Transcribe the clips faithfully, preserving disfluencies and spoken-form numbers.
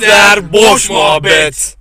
Nükleer boş muhabbet.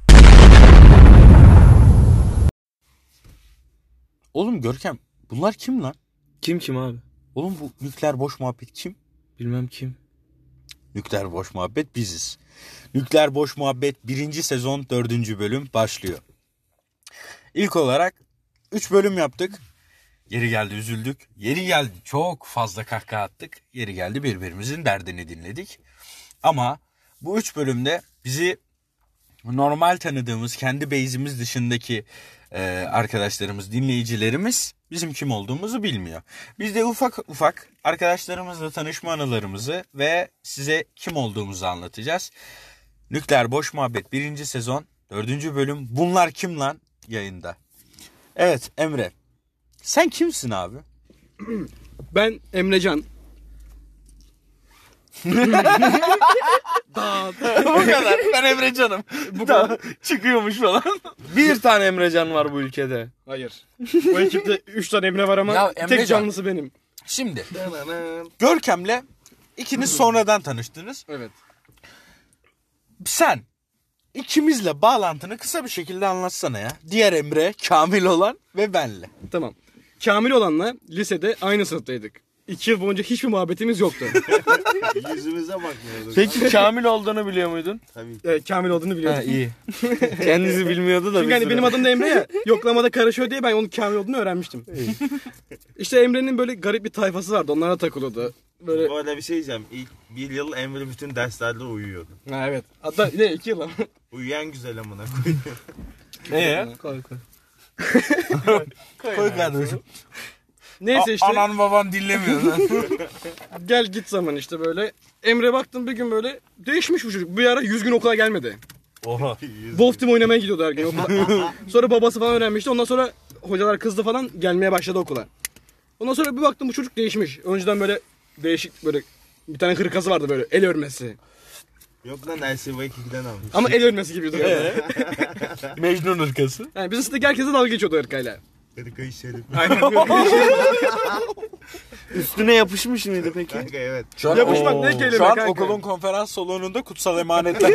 Oğlum Görkem, bunlar kim lan? Kim kim abi? Oğlum bu nükleer boş muhabbet kim? Bilmem kim. Nükleer boş muhabbet biziz. Nükleer boş muhabbet birinci sezon dördüncü bölüm başlıyor. İlk olarak üç bölüm yaptık. Yeri geldi üzüldük. Yeri geldi çok fazla kahkaha attık. Yeri geldi birbirimizin derdini dinledik. Ama bu üç bölümde bizi normal tanıdığımız kendi base'imiz dışındaki e, arkadaşlarımız, dinleyicilerimiz bizim kim olduğumuzu bilmiyor. Biz de ufak ufak arkadaşlarımızla tanışma anılarımızı ve size kim olduğumuzu anlatacağız. Nükleer Boş Muhabbet birinci sezon dördüncü bölüm Bunlar Kim Lan yayında. Evet Emre, sen kimsin abi? Ben Emrecan. Bu kadar. Ben Emrecan'ım. Bu kadar. Çıkıyormuş falan. Bir tane Emrecan var bu ülkede. Hayır. Bu ekipte üç tane Emre var ama Ya Emrecan, tek canlısı benim. Şimdi Görkem'le ikiniz sonradan tanıştınız. Evet. Sen ikimizle bağlantını kısa bir şekilde anlatsana ya. Diğer Emre, Kamil olan ve benle. Tamam. Kamil olanla lisede aynı sınıftaydık. İki yıl boyunca hiçbir muhabbetimiz yoktu. Yüzümüze bakmıyorduk. Peki Kamil olduğunu biliyor muydun? Tabii. Ee, Kamil olduğunu biliyordum. Ha iyi. Kendisi bilmiyordu da. Çünkü hani benim adım da Emre ya. Yoklamada karışıyor diye ben onun Kamil olduğunu öğrenmiştim. İşte Emre'nin böyle garip bir tayfası vardı. Onlara takılıyordu. Böyle... Bu arada bir şey diyeceğim. İlk bir yıl Emre bütün derslerde uyuyordu. Ha evet. Hatta ne iki yıl ama. Uyuyan güzel amına koyuyor. Ne ya? Koy koy. Koy kardeşim. Neyse işte. Anan baban dinlemiyor lan. Gel git zaman işte böyle. Emre baktım bir gün böyle değişmiş bu çocuk. Bir ara yüz gün okula gelmedi. Oha. Wolf Team oynamaya gidiyordu her gün okula. Sonra babası falan öğrenmişti. Ondan sonra hocalar kızdı falan gelmeye başladı okula. Ondan sonra bir baktım bu çocuk değişmiş. Önceden böyle değişik böyle bir tane hırkası vardı böyle el örmesi. Yok lan L C V ikiden almış. Ama el örmesi gibi duruyordu. Mecnun ırkası. Yani bizim sınıftaki herkese dalga geçiyordu hırkayla. Hırkayı şerif. Üstüne yapışmış mıydı peki? Kanka evet. Şu an, Yapışmak ne kelime Şu an kanka? okulun konferans salonunda kutsal emanetler.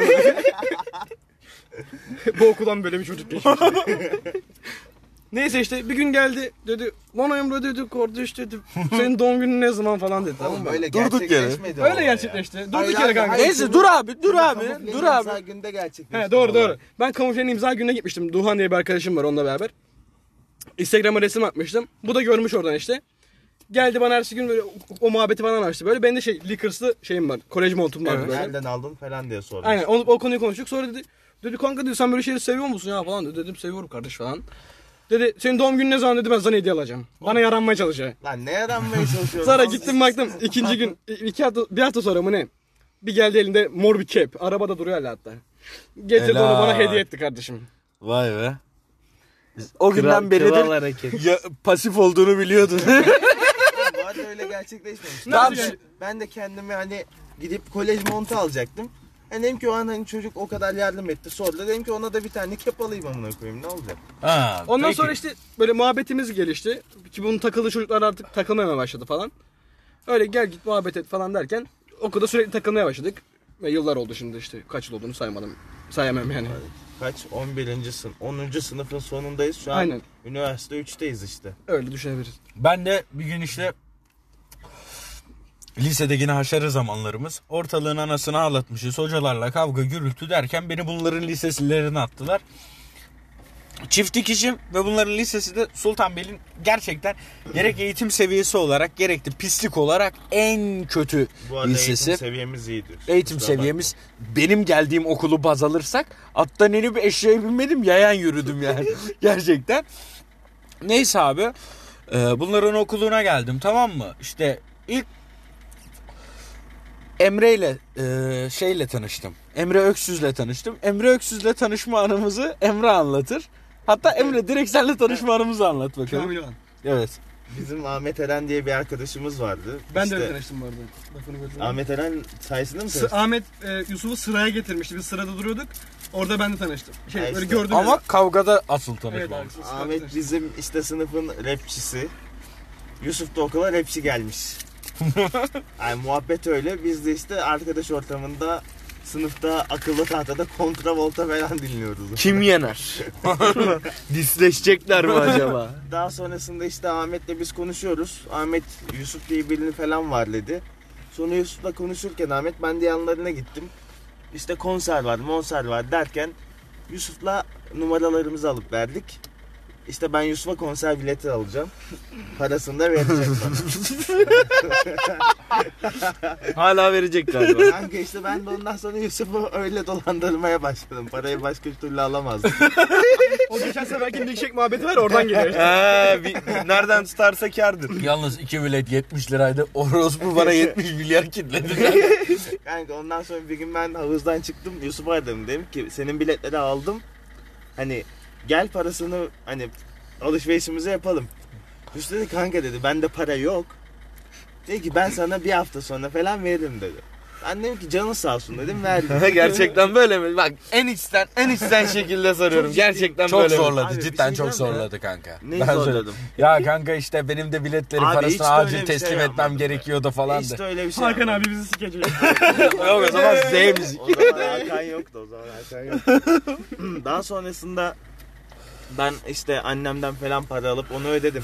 Bu okuldan böyle bir çocuk geçmiş. Neyse işte bir gün geldi dedi. Lan Emre dedi kardeş dedi. Senin doğum günün ne zaman falan dedi. Tamam Oğlum mı? öyle Durduk yere. gerçekleşmedi. Öyle gerçekleşti. Durduk Hayır, yere hayır, kanka. hayır. Neyse dur abi dur abi dur abi. İmza günde gerçekleşti. He doğru doğru. Ben kamuflenin imza gününe gitmiştim. Duhan diye bir arkadaşım var onunla beraber. Instagram'a resim atmıştım. Bu da görmüş oradan işte. Geldi bana her gün böyle o, o muhabbeti falan açtı. Böyle benim de şey Likers'lı şeyim var. Kolej montum var Evet. böyle. Nereden aldın falan diye sormuş. Aynen onu, o konuyu konuştuk. Sonra dedi dedi kanka dedi sen böyle şeyleri seviyor musun ya falan dedi. Dedim seviyorum kardeş falan. Dedi senin doğum günün ne zaman dedi ben sana hediye alacağım. Bana yaranmaya çalışıyor. Lan ne yaranmaya çalışıyorsun? Sonra gittim baktım ikinci gün iki hafta bir hafta sonra mı ne? Bir geldi elinde mor bir kep. Arabada duruyor hala hatta. Getirdi Helal. onu bana hediye etti kardeşim. Vay be. O günden Kral, kral beridir hareket. ya, pasif olduğunu biliyordun. Bu arada öyle gerçekleşmemiş. Tamam. Ben, de, ben de kendime hani gidip kolej montu alacaktım. Yani dedim ki o an hani çocuk o kadar yardım etti. Sonra dedim ki ona da bir tane kep alayım amına koyayım ne olacak? Ha, Ondan peki. sonra işte böyle muhabbetimiz gelişti. Ki bunun takıldığı çocuklar artık takılmaya başladı falan. Öyle gel git muhabbet et falan derken okulda sürekli takılmaya başladık. Ve yıllar oldu şimdi işte kaç yıl olduğunu saymadım. Sayamam yani. Kaç? on birinci sınıf. onuncu sınıfın sonundayız. Şu an Aynen. üniversite üçteyiz işte. Öyle düşünebiliriz. Ben de bir gün işte lisede yine haşarı zamanlarımız. Ortalığın anasını ağlatmışız. Hocalarla kavga gürültü derken beni bunların lisesilerine attılar. Çift dikişim ve bunların lisesi de Sultanbeyli'nin gerçekten gerek eğitim seviyesi olarak gerek de pislik olarak en kötü Bu arada lisesi. eğitim seviyemiz iyidir. Eğitim Kusura seviyemiz benim geldiğim okulu baz alırsak attan inip eşeğe binmedim yayan yürüdüm yani gerçekten. Neyse abi e, bunların okuluna geldim tamam mı? İşte ilk Emre ile e, şeyle tanıştım. Emre Öksüz'le tanıştım. Emre Öksüz'le tanışma anımızı Emre anlatır. Hatta Emre direkt seninle tanışma anımızı anlat bakalım. Kamil olan. Evet. Bizim Ahmet Eren diye bir arkadaşımız vardı. Ben İşte de öyle tanıştım bu arada. Lafını böldüm. Ahmet Eren sayesinde mi S- tanıştın? Ahmet e, Yusuf'u sıraya getirmişti. Biz sırada duruyorduk. Orada ben de tanıştım. Şey Ha böyle işte. gördüm. Ama ya. kavgada asıl Evet, tanışma. abi, sırada Ahmet tanıştık. bizim işte sınıfın rapçisi. Yusuf da okula rapçi gelmiş. Yani muhabbet öyle. Biz de işte arkadaş ortamında sınıfta akıllı tahtada kontravolta falan dinliyoruz. Kim yener? Disleşecekler mi acaba? Daha sonrasında işte Ahmet'le biz konuşuyoruz. Ahmet Yusuf diye birini falan var dedi. Sonra Yusuf'la konuşurken Ahmet ben de yanlarına gittim. İşte konser var, monser var derken Yusuf'la numaralarımızı alıp verdik. İşte ben Yusuf'a konser bileti alacağım. Parasını da verecek bana. Hala verecek galiba. Kanka işte ben de ondan sonra Yusuf'u öyle dolandırmaya başladım. Parayı başka türlü alamazdım. O geçen seferki milkshake muhabbeti var oradan geliyor işte. He, bir, nereden tutarsa kârdır. Yalnız iki bilet yetmiş liraydı. Orospu bana yetmiş milyar kitlediler. Kanka ondan sonra bir gün ben havuzdan çıktım. Yusuf'a aradım, dedim ki senin biletleri aldım. Hani gel parasını hani alışverişimizi yapalım. Yusuf dedi kanka dedi bende para yok. Dedi ki ben sana bir hafta sonra falan veririm dedi. Ben dedim ki canın sağ olsun dedim, verdim. Gerçekten böyle mi? Bak en içten en içten şekilde soruyorum. Gerçekten Çok böyle mi? zorladı. Abi, bir cidden şey çok diyeceğim ya. zorladı kanka. Neyi Ben zorladım? söyledim. Ya kanka işte benim de biletlerin Abi hiç parasını de acil öyle bir şey teslim etmem yapmadım gerekiyordu falan Hiç da. de öyle bir şey Hakan yapmadım. abi bizi sikecek. Yok o zaman Z müzik. O zaman Hakan yoktu, o zaman Hakan yoktu. Daha sonrasında ben işte annemden falan para alıp onu ödedim.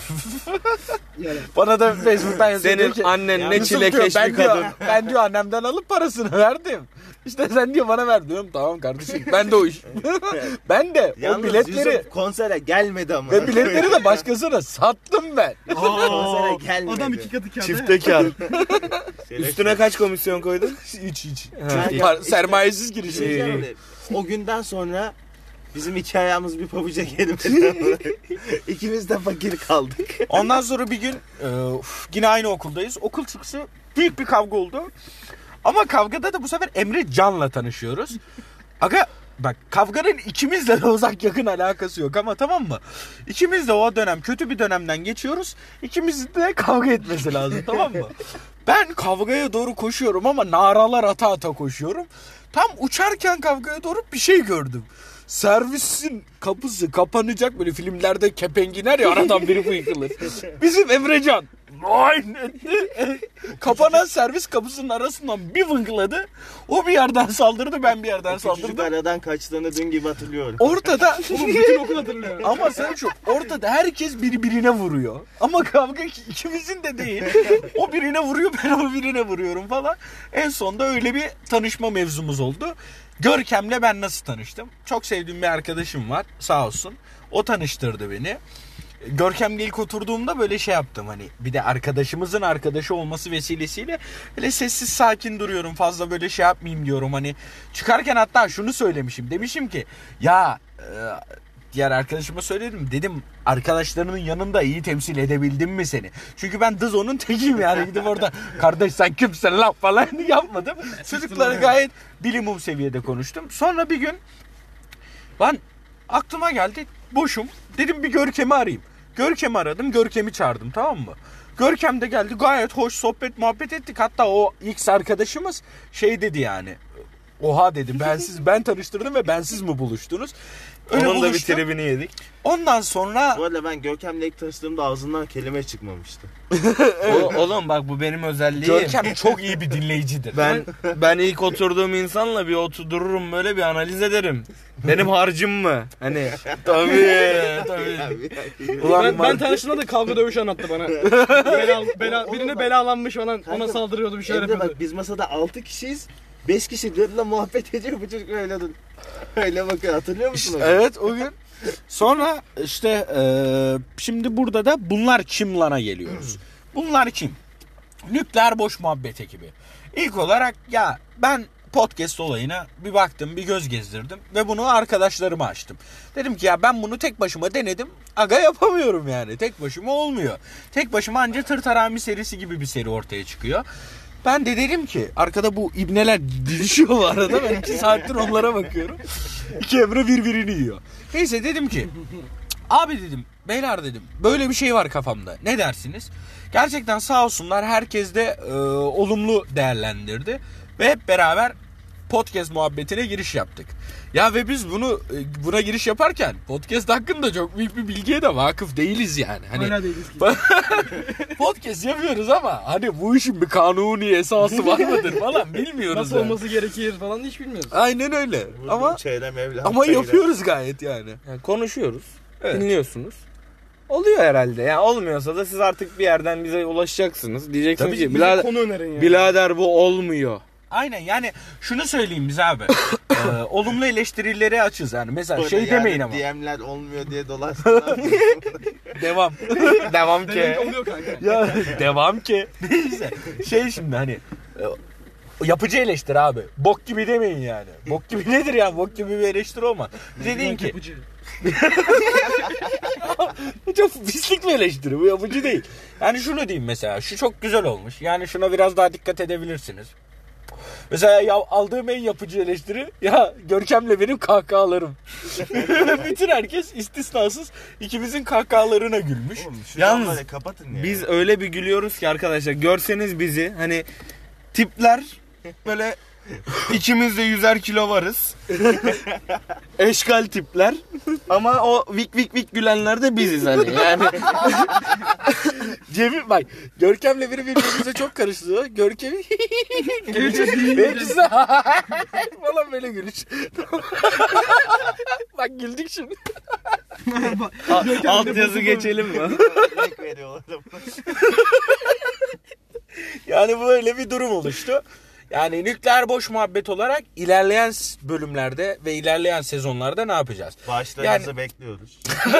Bana da Facebook'tan yazıyor. diyor Senin ki, annen Ya ne Yusuf çilekeş diyor, bir ben diyor, kadın. ben diyor annemden alıp parasını verdim. İşte sen diyor bana ver diyorum. Tamam kardeşim ben de o iş. ben de o Yalnız biletleri Yusuf konsere gelmedi ama. ve biletleri de başkasına sattım ben. konsere gelmedi. Adam iki katı kağıdı. Çifte kar. Şerefsiz. Üstüne kaç komisyon koydun? Hiç hiç. Ha, Par- işte- sermayesiz giriş. Şey yani, o günden sonra bizim iki ayağımız bir pabuca gelmedi. İkimiz de fakir kaldık. Ondan sonra bir gün e, uf, yine aynı okuldayız. Okul çıkışı büyük bir kavga oldu. Ama kavgada da bu sefer Emre Can'la tanışıyoruz. Aga bak kavganın ikimizle de uzak yakın alakası yok ama tamam mı? İkimiz de o dönem kötü bir dönemden geçiyoruz. İkimizin de kavga etmesi lazım tamam mı? Ben kavgaya doğru koşuyorum ama naralar ata ata koşuyorum. Tam uçarken kavgaya doğru bir şey gördüm. Servisin kapısı kapanacak, böyle filmlerde kepenk iner ya aradan biri fıyıkılır. Bizim Emrecan aynen kapanan servis kapısının arasından bir vıngladı. O bir yerden saldırdı, ben bir yerden Küçücük saldırdım. aradan kaçtığını dün gibi hatırlıyorum. Ortada Bütün okul hatırlıyor. ama sen şu ortada herkes birbirine vuruyor. Ama kavga ikimizin de değil. O birine vuruyor, ben o birine vuruyorum falan. En sonunda öyle bir tanışma mevzumuz oldu. Görkem'le ben nasıl tanıştım? Çok sevdiğim bir arkadaşım var sağ olsun. O tanıştırdı beni. Görkem'le ilk oturduğumda böyle şey yaptım, hani bir de arkadaşımızın arkadaşı olması vesilesiyle böyle sessiz sakin duruyorum, fazla böyle şey yapmayayım diyorum. Hani çıkarken hatta şunu söylemişim, demişim ki ya e, diğer arkadaşıma söyledim, dedim arkadaşlarının yanında iyi temsil edebildim mi seni? Çünkü ben Dızo'nun tekiyim yani, gidip orada kardeş sen kimsin lan falan yapmadım. Çocuklara gayet bilimum seviyede konuştum. Sonra bir gün lan aklıma geldi, boşum, dedim bir Görkem'i arayayım. Görkem'i aradım, Görkem'i çağırdım tamam mı? Görkem de geldi, gayet hoş sohbet muhabbet ettik. Hatta o X arkadaşımız şey dedi yani. Oha dedi, bensiz ben tanıştırdım ve bensiz mi buluştunuz? Öyle Onun da bir buluştuk. tribini yedik. Ondan sonra Bu arada ben Görkem'le ilk tanıştığımda ağzından kelime çıkmamıştı. O, oğlum bak bu benim özelliğim. Görkem çok iyi bir dinleyicidir. Ben ben ilk oturduğum insanla bir otururum, böyle bir analiz ederim. Benim harcım mı? Hani tabii tabii. Ulan Ben, ben ben, tanıştığımda da kavga dövüşü anlattı bana. Bela, bela, birine belalanmış falan, ona saldırıyordu, bir şeyler Emre yapıyordu. bak biz masada altı kişiyiz. beş kişi gırla muhabbet ediyor, bu çocuk öyle dur. Öyle bakıyor, hatırlıyor musun? İşte, evet o gün. Sonra işte e, şimdi burada da bunlar kim lana geliyoruz. Bunlar kim? Nükleer Boş Muhabbet ekibi. İlk olarak ya ben podcast olayına bir baktım, bir göz gezdirdim ve bunu arkadaşlarıma açtım. Dedim ki ya ben bunu tek başıma denedim. Aga yapamıyorum yani. Tek başıma olmuyor. Tek başıma anca Tırtarami serisi gibi bir seri ortaya çıkıyor. Ben de dedim ki arkada bu ibneler didişiyor bu arada. Ben iki saattir onlara bakıyorum. İki Emre birbirini yiyor. Neyse dedim ki abi dedim, beyler dedim, böyle bir şey var kafamda. Ne dersiniz? Gerçekten sağ olsunlar, herkes de e, olumlu değerlendirdi. Ve hep beraber podcast muhabbetine giriş yaptık. Ya ve biz bunu buna giriş yaparken podcast hakkında çok büyük bir bilgiye de vakıf değiliz yani. Hani Hala değiliz ki. podcast yapıyoruz ama hani bu işin bir kanuni esası var mıdır falan bilmiyoruz. Nasıl yani. olması gerekir falan hiç bilmiyoruz. Aynen öyle. Ama çeyrem evlen. ama yapıyoruz gayet yani. Yani konuşuyoruz. Evet. Dinliyorsunuz. Oluyor herhalde. Yani olmuyorsa da siz artık bir yerden bize ulaşacaksınız. Diyeceksiniz Tabii ki bize birader, Konu önerin ya. birader bu olmuyor. Aynen yani şunu söyleyeyim bize abi. ee, olumlu eleştirileri açız yani. Mesela Böyle şey yani demeyin ama. D M'ler olmuyor diye dolaşsın. Devam. Devam ki. Demek oluyor kanka. Ya devam ki. Neyse. Şey şimdi hani e, yapıcı eleştiri abi. Bok gibi demeyin yani. Bok gibi nedir ya? Bok gibi bir eleştiri olmaz. Bize deyin ki Yapıcı. çok pislik bir eleştiri. Bu yapıcı değil. Yani şunu diyeyim mesela. Şu çok güzel olmuş. Yani şuna biraz daha dikkat edebilirsiniz. Mesela ya, aldığım en yapıcı eleştiri ya Görkem'le benim kahkahalarım. Bütün herkes istisnasız ikimizin kahkahalarına gülmüş. Oğlum, şu Yalnız camları kapatın ya. Biz öyle bir gülüyoruz ki arkadaşlar. Görseniz bizi hani tipler böyle ikimiz de yüzer kilo varız. Eşkal tipler. Ama o vik vik vik gülenler de biziz hani. Yani Cemil bak Görkem'le biri birbirimize çok karıştırıyor. Görkem'i benimkisi de falan böyle gülüş. Bak güldük şimdi. alt yazı geçelim mi? Örnek veriyorlar. Yani böyle bir durum oluştu. Yani nükleer boş muhabbet olarak ilerleyen bölümlerde ve ilerleyen sezonlarda ne yapacağız? Bağışlarınızı Yani- bekliyoruz.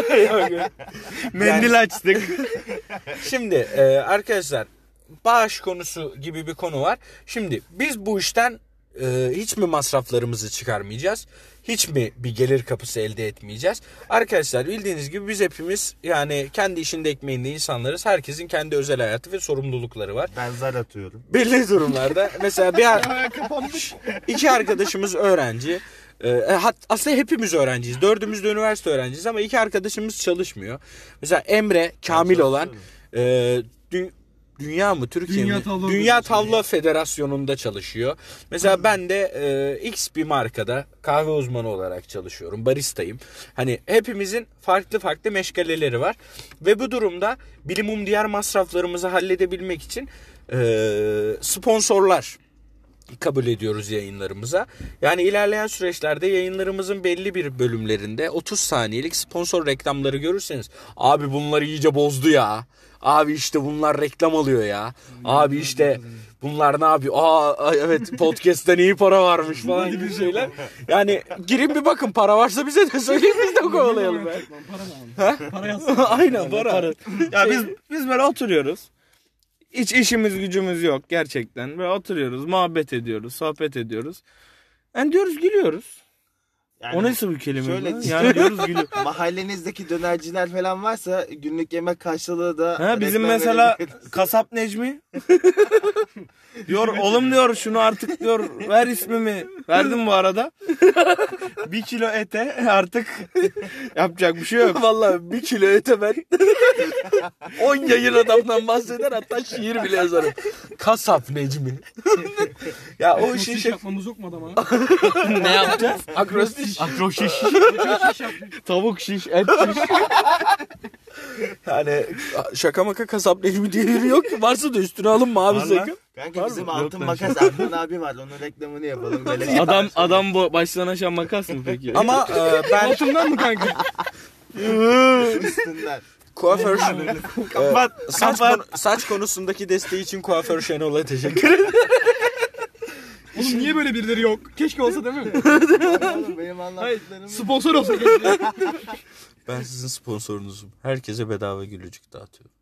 Mendil açtık. Şimdi e, arkadaşlar bağış konusu gibi bir konu var. Şimdi biz bu işten e, hiç mi masraflarımızı çıkarmayacağız? Hiç mi bir gelir kapısı elde etmeyeceğiz? Arkadaşlar bildiğiniz gibi biz hepimiz yani kendi işinde ekmeğinde insanlarız. Herkesin kendi özel hayatı ve sorumlulukları var. Ben zar atıyorum. Belli durumlarda mesela bir ar- iki arkadaşımız öğrenci. Ee, hat, aslında hepimiz öğrenciyiz. Dördümüz de üniversite öğrenciyiz ama iki arkadaşımız çalışmıyor. Mesela Emre, Kamil olan e, dü- Dünya mı Türkiye Dünya mi? Tavla Dünya Federasyonu. Tavla Federasyonu'nda çalışıyor. Mesela ben de e, X bir markada kahve uzmanı olarak çalışıyorum. Baristayım. Hani hepimizin farklı farklı meşgaleleri var. Ve bu durumda bilimum diğer masraflarımızı halledebilmek için e, sponsorlar kabul ediyoruz yayınlarımıza. Yani ilerleyen süreçlerde yayınlarımızın belli bir bölümlerinde otuz saniyelik sponsor reklamları görürseniz abi bunlar iyice bozdu ya. Abi işte bunlar reklam alıyor ya. Abi işte bunlar ne yapıyor? Aa evet podcast'ten iyi para varmış falan gibi şeyler. Yani girin bir bakın para varsa bize de söyleyin biz de kovalayalım. Para da almış. Para yazsın. Aynen para. Ya biz biz böyle oturuyoruz. Hiç işimiz gücümüz yok gerçekten. Böyle oturuyoruz, muhabbet ediyoruz, sohbet ediyoruz. Yani diyoruz gülüyoruz. Yani O nasıl bir kelime? şöyle- Şöyle... Yani diyoruz gülüyoruz. mahallenizdeki dönerciler falan varsa günlük yemek karşılığı da Ha, bizim reklam mesela verebiliriz. kasap Necmi diyor oğlum diyor şunu artık diyor ver ismimi verdim bu arada bir kilo ete artık yapacak bir şey yok. Vallahi bir kilo ete ben on yayın adamdan bahseder hatta şiir bile yazarım. Kasap Necmi. Ya o işin Şiş şey... yapmamız yok mu adama? Ne yapacağız? Akrostiş. Akroşiş, tavuk şiş, et şiş. Yani şaka maka kasap Necmi diye biri yok ki. Varsa da üstüne alınma abi Var lan. sakın. Kanka Var bizim mı? altın Yok lan. makas Adnan abi var. Onun reklamını yapalım. Böyle Adam adam bu baştan aşağı makas mı peki? Ama e, ben Altından mı kanka? üstünden. kuaför Kapat, e, saç, kapat. konu- saç konusundaki desteği için kuaför Şenol'a teşekkür ederim. Oğlum niye böyle birileri yok? Keşke olsa değil mi? Oğlum benim Hayır. anlattıklarım. Sponsor olsa keşke. Ben sizin sponsorunuzum. Herkese bedava gülücük dağıtıyorum.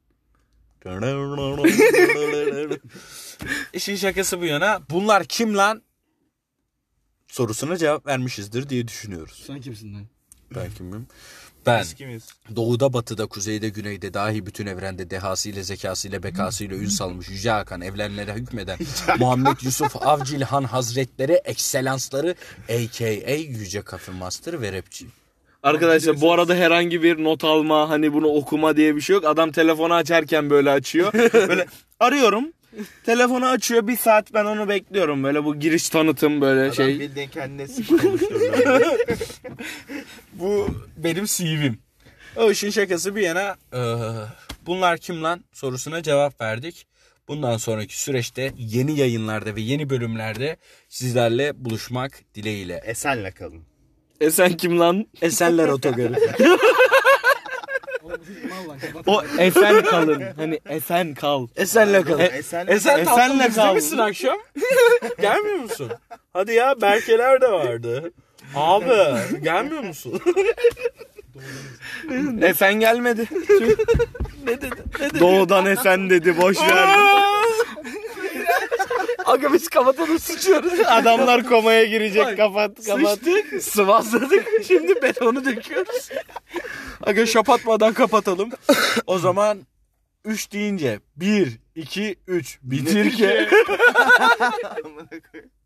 İşin şakası bu yana. Bunlar kim lan? Sorusuna cevap vermişizdir diye düşünüyoruz. Sen kimsin lan? Ben kimim? Ben Biz kimiz? doğuda, batıda, kuzeyde, güneyde, dahi bütün evrende dehasıyla, zekasıyla, bekasıyla ün salmış Yüce Hakan, evrenlere hükmeden Muhammed Yusuf Avcil Han Hazretleri, ekselansları a k a. Yüce Kafe Master ve rapçi. Arkadaşlar bu arada herhangi bir not alma hani bunu okuma diye bir şey yok. Adam telefonu açarken böyle açıyor. Böyle arıyorum. Telefonu açıyor, bir saat ben onu bekliyorum. Böyle bu giriş tanıtım böyle Adam şey. bildiğin kendine sik konuşuyor. Bu benim C V'm. O işin şakası bir yana eee, bunlar kim lan sorusuna cevap verdik. Bundan sonraki süreçte yeni yayınlarda ve yeni bölümlerde sizlerle buluşmak dileğiyle. Esenle kalın. E sen kim lan? Esenler Otogarı. O esen kalın. Hani esen kal. Esenle kalın. E- Esen, Esen Esenle tatlım bizde kal. misin akşam? Gelmiyor musun? Hadi ya Berkeler de vardı. Abi gelmiyor musun? Esen gelmedi. ne dedi? Ne dedi? Doğudan esen dedi, boş ver. Aga biz kapatalım, sıçıyoruz. Adamlar komaya girecek. Bak, kapat kapat. Sıçtık, sıvazladık. Şimdi betonu döküyoruz. Aga şapatmadan kapatalım. O zaman üç deyince bir, iki, üç bitir ki. Amına koyayım.